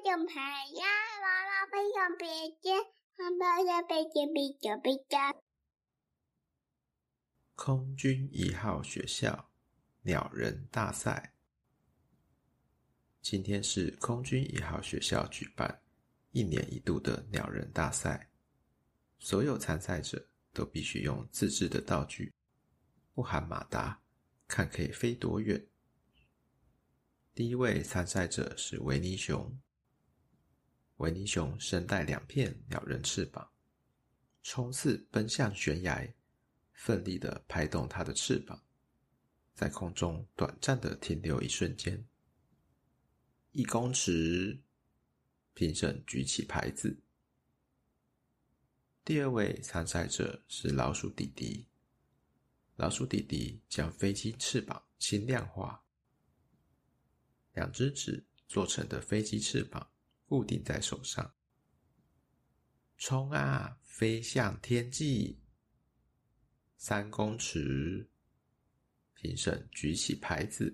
熊牌呀，娃娃飞熊别见，妈妈的别见别见别见。 空军1号学校鸟人大赛。今天是空军1号学校举办1年1度的鸟人大赛，所有参赛者都必须用自制的道具，不含马达，看可以飞多远。第一位参赛者是维尼熊。维尼熊身带2片鸟人翅膀，冲刺奔向悬崖，奋力地拍动它的翅膀，在空中短暂地停留一瞬间。1公尺，评审举起牌子。第2位参赛者是老鼠弟弟。老鼠弟弟将飞机翅膀轻量化，2只纸做成的飞机翅膀固定在手上。冲啊，飞向天际！3公尺，评审举起牌子。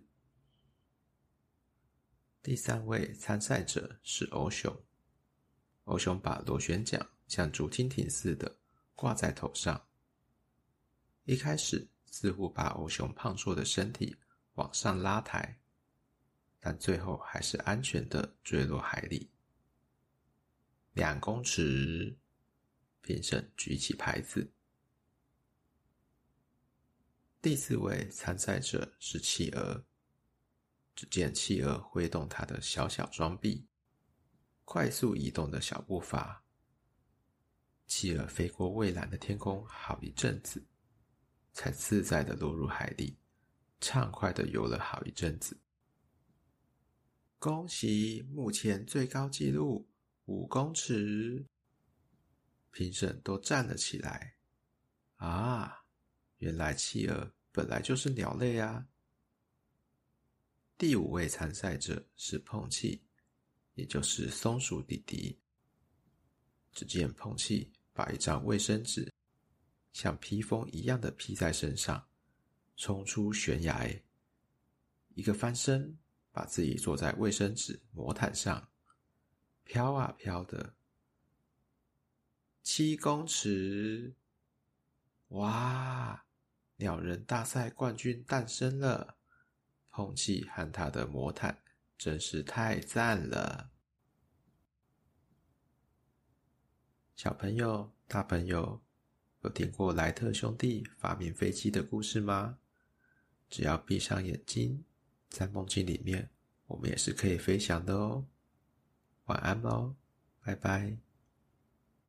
第3位参赛者是欧熊。欧熊把螺旋桨像竹蜻蜓似的挂在头上，一开始似乎把欧熊胖硕的身体往上拉抬，但最后还是安全地坠落海里。2公尺，评审举起牌子。第4位参赛者是企鹅。只见企鹅挥动它的小小双臂，快速移动的小步伐。企鹅飞过蔚蓝的天空好一阵子，才自在地落入海里，畅快地游了好一阵子。恭喜目前最高纪录5公尺！评审都站了起来。啊，原来企鹅本来就是鸟类啊！第5位参赛者是碰气，也就是松鼠弟弟。只见碰气把一张卫生纸像披风一样的披在身上，冲出悬崖，一个翻身把自己坐在卫生纸魔毯上，飘啊飘的。7公尺！哇，鸟人大赛冠军诞生了！碰气和他的魔毯真是太赞了。小朋友、大朋友，有听过莱特兄弟发明飞机的故事吗？只要闭上眼睛，在梦境里面，我们也是可以飞翔的哦。晚安喽，拜拜。